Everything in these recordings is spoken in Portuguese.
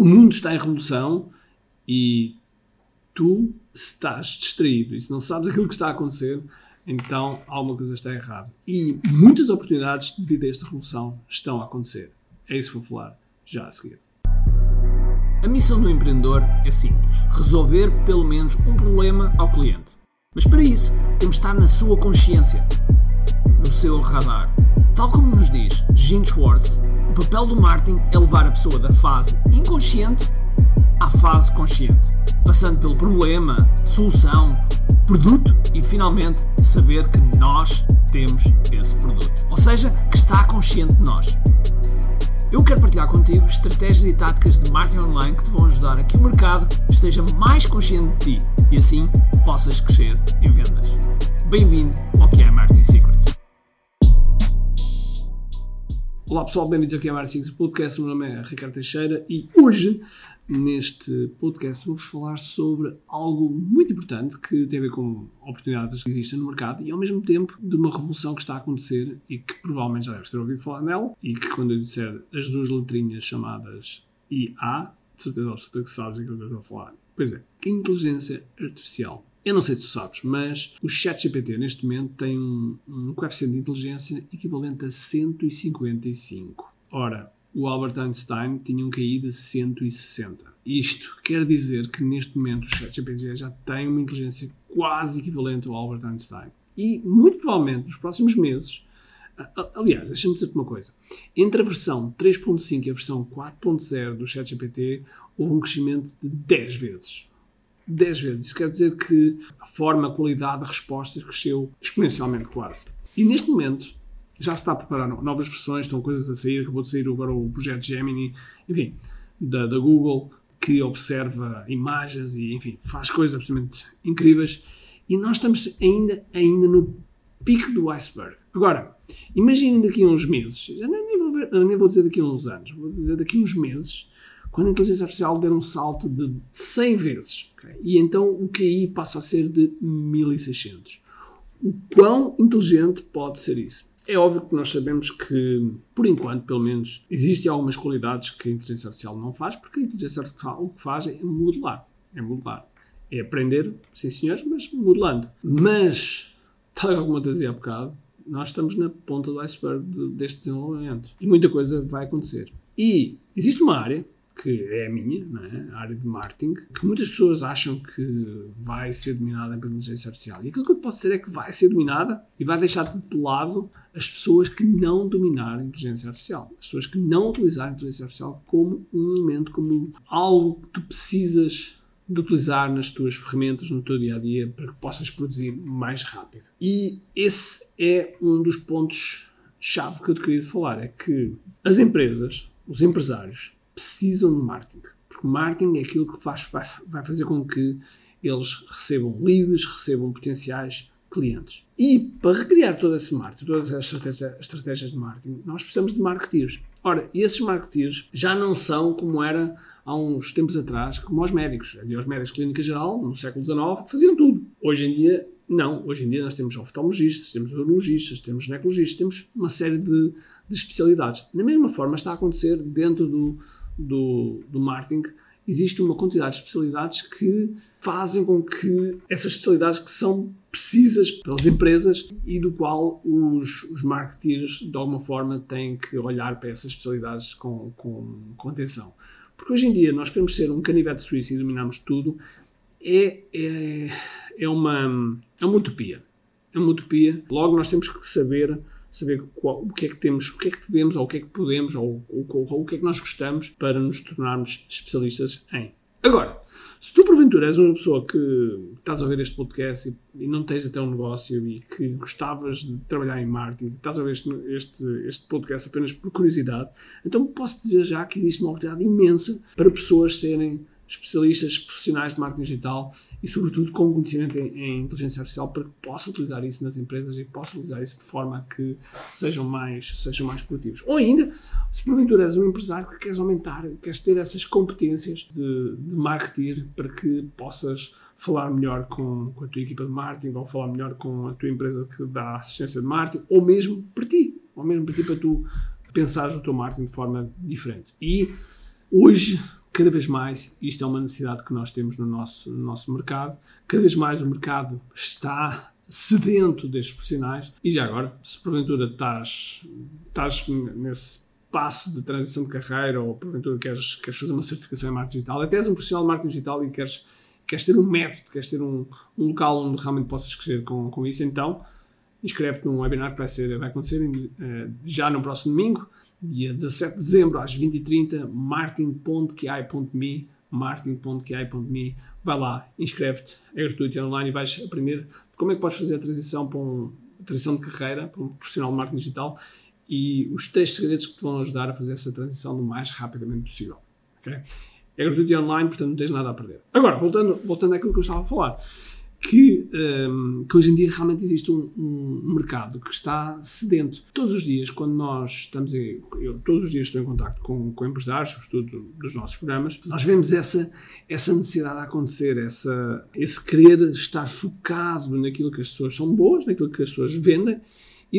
O mundo está em revolução e tu estás distraído. E se não sabes aquilo que está a acontecer, então alguma coisa está errada. E muitas oportunidades devido a esta revolução estão a acontecer. É isso que vou falar já a seguir. A missão do empreendedor é simples. Resolver pelo menos um problema ao cliente. Mas para isso, temos de estar na sua consciência, no seu radar. Tal como nos diz Gene Schwartz, o papel do marketing é levar a pessoa da fase inconsciente à fase consciente, passando pelo problema, solução, produto e finalmente saber que nós temos esse produto. Ou seja, que está consciente de nós. Eu quero partilhar contigo estratégias e táticas de marketing online que te vão ajudar a que o mercado esteja mais consciente de ti e assim possas crescer em vendas. Bem-vindo ao que é Marketing Secrets. Olá pessoal, bem-vindos ao que é Marketing Secrets Podcast. O meu nome é Ricardo Teixeira e hoje, neste podcast, vou-vos falar sobre algo muito importante que tem a ver com oportunidades que existem no mercado e ao mesmo tempo de uma revolução que está a acontecer e que provavelmente já deves ter ouvido falar nela e que quando eu disser as duas letrinhas chamadas IA, de certeza absoluta que sabes aquilo que eu estou a falar. Pois é, inteligência artificial. Eu não sei se tu sabes, mas o ChatGPT neste momento tem um coeficiente de inteligência equivalente a 155. Ora, o Albert Einstein tinha um QI de 160. Isto quer dizer que neste momento o ChatGPT já tem uma inteligência quase equivalente ao Albert Einstein. E muito provavelmente nos próximos meses, aliás, deixa-me dizer-te uma coisa, entre a versão 3.5 e a versão 4.0 do ChatGPT houve um crescimento de 10 vezes. 10 vezes. Isso quer dizer que a forma, a qualidade de respostas cresceu exponencialmente quase. E neste momento já se está a preparar novas versões, estão coisas a sair, acabou de sair agora o projeto Gemini, enfim, da Google, que observa imagens e, enfim, faz coisas absolutamente incríveis. E nós estamos ainda no pico do iceberg. Agora, imaginem daqui a uns meses, já nem vou dizer daqui a uns anos, vou dizer daqui a uns meses, quando a inteligência artificial der um salto de 100 vezes, okay? E então o QI passa a ser de 1600. O quão inteligente pode ser isso? É óbvio que nós sabemos que, por enquanto, pelo menos, existem algumas qualidades que a inteligência artificial não faz, porque a inteligência artificial o que faz é modelar. É aprender, sim senhores, mas modelando. Mas, tal como eu dizia há bocado, nós estamos na ponta do iceberg deste desenvolvimento. E muita coisa vai acontecer. E existe uma área que é a minha, não é? A área de marketing, que muitas pessoas acham que vai ser dominada pela inteligência artificial. E aquilo que eu posso dizer é que vai ser dominada e vai deixar de lado as pessoas que não dominarem a inteligência artificial. As pessoas que não utilizarem a inteligência artificial como um elemento, como algo que tu precisas de utilizar nas tuas ferramentas, no teu dia-a-dia, para que possas produzir mais rápido. E esse é um dos pontos-chave que eu te queria falar, é que as empresas, os empresários, precisam de marketing, porque marketing é aquilo que vai fazer com que eles recebam leads, recebam potenciais clientes. E para recriar todo esse marketing, todas as estratégias de marketing, nós precisamos de marketeers. Ora, esses marketeers já não são como era há uns tempos atrás, como os médicos. Havia os médicos de clínica geral, no século XIX, que faziam tudo. Hoje em dia, não. Hoje em dia nós temos oftalmologistas, temos urologistas, temos ginecologistas, temos uma série de especialidades. Da mesma forma está a acontecer dentro do marketing, existe uma quantidade de especialidades que fazem com que essas especialidades que são precisas pelas empresas e do qual os marketeers de alguma forma têm que olhar para essas especialidades com atenção. Porque hoje em dia nós queremos ser um canivete suíço e dominarmos tudo, é uma utopia. É uma utopia. Logo nós temos que saber o que é que temos, o que é que devemos, ou o que é que podemos, ou o que é que nós gostamos para nos tornarmos especialistas em. Agora, se tu porventura és uma pessoa que estás a ouvir este podcast e não tens até um negócio e que gostavas de trabalhar em marketing, estás a ouvir este podcast apenas por curiosidade, então posso dizer já que existe uma oportunidade imensa para pessoas serem especialistas, profissionais de marketing digital e, sobretudo, com conhecimento em inteligência artificial para que possam utilizar isso nas empresas e possam utilizar isso de forma a que sejam mais produtivos. Ou ainda, se porventura és um empresário que queres aumentar, queres ter essas competências de marketing para que possas falar melhor com a tua equipa de marketing ou falar melhor com a tua empresa que dá assistência de marketing ou mesmo para ti para tu pensares o teu marketing de forma diferente. E hoje cada vez mais isto é uma necessidade que nós temos no nosso mercado. Cada vez mais o mercado está sedento destes profissionais. E já agora, se porventura estás nesse passo de transição de carreira ou porventura queres fazer uma certificação em marketing digital, até és um profissional de marketing digital e queres ter um método, queres ter um local onde realmente possas crescer com isso, então inscreve-te num webinar que vai acontecer já no próximo domingo, dia 17 de dezembro, às 20h30, marketing.ki.me, vai lá, inscreve-te, é gratuito, é online e vais aprender como é que podes fazer a transição de carreira, para um profissional de marketing digital e os 3 segredos que te vão ajudar a fazer essa transição do mais rapidamente possível. Okay? É gratuito e online, portanto não tens nada a perder. Agora, voltando àquilo que eu estava a falar, que hoje em dia realmente existe um mercado que está sedento. Todos os dias, quando nós eu todos os dias estou em contacto com empresários, estudo dos nossos programas, nós vemos essa necessidade a acontecer, esse querer estar focado naquilo que as pessoas são boas, naquilo que as pessoas vendem e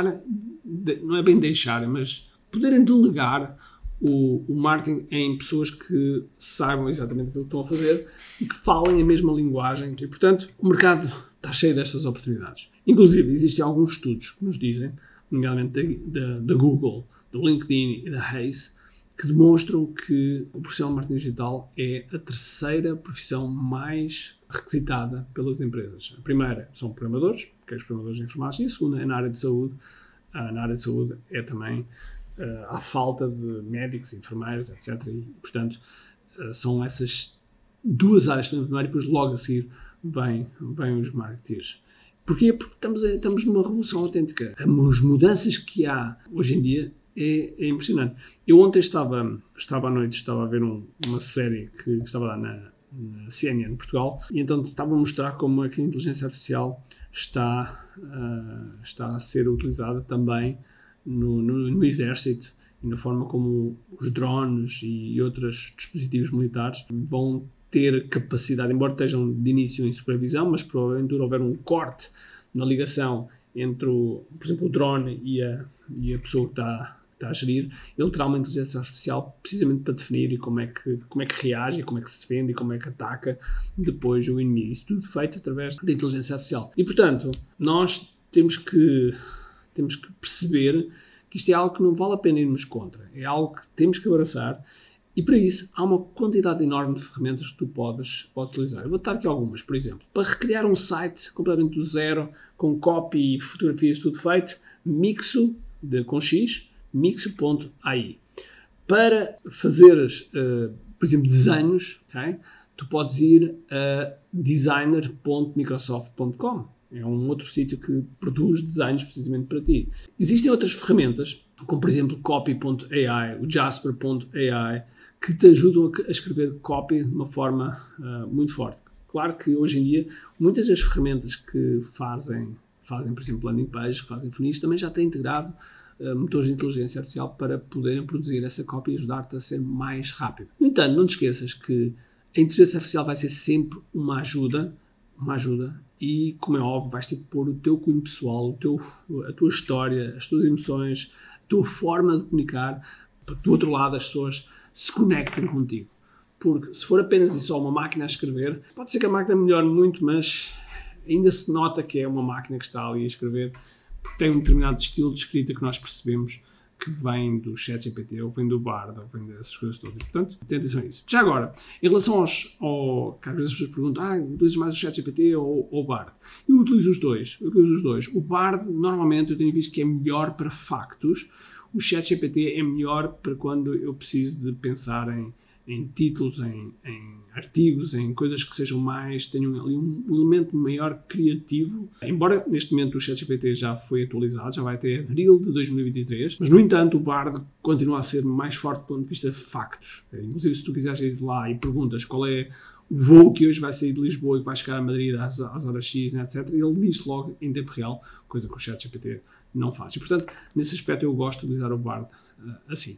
não é bem deixarem, mas poderem delegar o marketing em pessoas que saibam exatamente o que estão a fazer e que falem a mesma linguagem. E, portanto, o mercado está cheio destas oportunidades. Inclusive, existem alguns estudos que nos dizem, nomeadamente da Google, do LinkedIn e da Hays, que demonstram que o profissional de marketing digital é a terceira profissão mais requisitada pelas empresas. A primeira são programadores, que é os programadores de informática, e a segunda é na área de saúde. Na área de saúde é também à falta de médicos, enfermeiros, etc. E, portanto, são essas 2 áreas que estão primeiro e depois logo a seguir vêm os marketeers. Porquê? Porque estamos numa revolução autêntica. As mudanças que há hoje em dia é impressionante. Eu ontem estava à noite a ver uma série que estava lá na CNN Portugal e então estava a mostrar como é que a inteligência artificial está a ser utilizada também no exército e na forma como os drones e outros dispositivos militares vão ter capacidade, embora estejam de início em supervisão, mas provavelmente houver um corte na ligação entre, por exemplo, o drone e a pessoa que está a gerir, ele terá uma inteligência artificial precisamente para definir como é que reage, como é que se defende e como é que ataca depois o inimigo. Isso tudo feito através da inteligência artificial. E, portanto, nós temos que perceber que isto é algo que não vale a pena irmos contra. É algo que temos que abraçar e, para isso, há uma quantidade enorme de ferramentas que tu podes utilizar. Eu vou dar aqui algumas, por exemplo. Para recriar um site completamente do zero, com copy e fotografias, tudo feito, Mixo, com X, Mixo.ai. Para fazeres, por exemplo, desenhos, okay, tu podes ir a designer.microsoft.com. É um outro sítio que produz desenhos precisamente para ti. Existem outras ferramentas, como por exemplo copy.ai, o jasper.ai, que te ajudam a escrever copy de uma forma muito forte. Claro que hoje em dia muitas das ferramentas que fazem por exemplo landing pages, que fazem funis, também já têm integrado motores de inteligência artificial para poderem produzir essa copy e ajudar-te a ser mais rápido. No entanto, não te esqueças que a inteligência artificial vai ser sempre uma ajuda e, como é óbvio, vais ter que pôr o teu cunho pessoal, a tua história, as tuas emoções, a tua forma de comunicar, para que do outro lado as pessoas se conectem contigo. Porque se for apenas e só uma máquina a escrever, pode ser que a máquina melhore muito, mas ainda se nota que é uma máquina que está ali a escrever, porque tem um determinado estilo de escrita que nós percebemos que vem do ChatGPT, ou vem do Bard, ou vem dessas coisas todas. Portanto, tem atenção a isso. Já agora, em relação que às vezes as pessoas perguntam, utilizas mais o ChatGPT ou o Bard? Eu utilizo os dois. O Bard, normalmente, eu tenho visto que é melhor para factos. O ChatGPT é melhor para quando eu preciso de pensar em títulos, em artigos, em coisas que tenham ali um elemento maior criativo. Embora neste momento o ChatGPT já foi atualizado, já vai até abril de 2023, mas no entanto o Bard continua a ser mais forte do ponto de vista de factos. Inclusive se tu quiseres ir lá e perguntas qual é o voo que hoje vai sair de Lisboa e que vai chegar a Madrid às horas X, etc., ele diz logo em tempo real, coisa que o ChatGPT não faz. E portanto, nesse aspecto eu gosto de utilizar o Bard assim.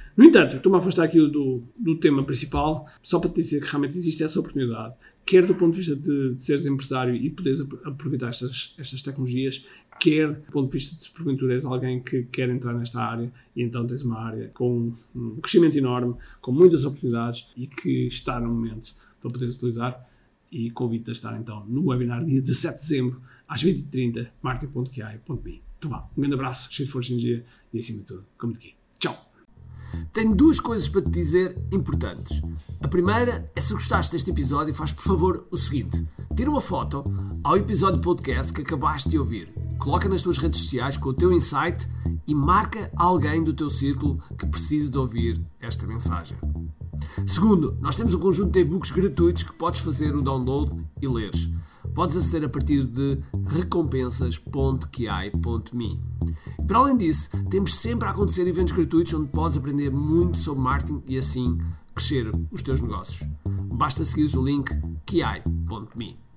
No entanto, estou-me a afastar aqui do tema principal, só para te dizer que realmente existe essa oportunidade, quer do ponto de vista de seres empresário e poderes aproveitar estas tecnologias, quer do ponto de vista de se porventura és alguém que quer entrar nesta área e então tens uma área com um crescimento enorme, com muitas oportunidades e que está no momento para poderes utilizar. E convido-te a estar então no webinar dia 17 de dezembro às 20h30, marketing.ki.me. Então vá, um grande abraço, cheio de força e energia e acima de tudo, como de aqui. Tchau! Tenho duas coisas para te dizer importantes. A primeira é, se gostaste deste episódio, faz por favor o seguinte: tira uma foto ao episódio podcast que acabaste de ouvir, coloca nas tuas redes sociais com o teu insight e marca alguém do teu círculo que precise de ouvir esta mensagem. Segundo, nós temos um conjunto de e-books gratuitos que podes fazer o download e leres. Podes aceder a partir de recompensas.ki.me. E para além disso, temos sempre a acontecer eventos gratuitos onde podes aprender muito sobre marketing e assim crescer os teus negócios. Basta seguir o link ki.me.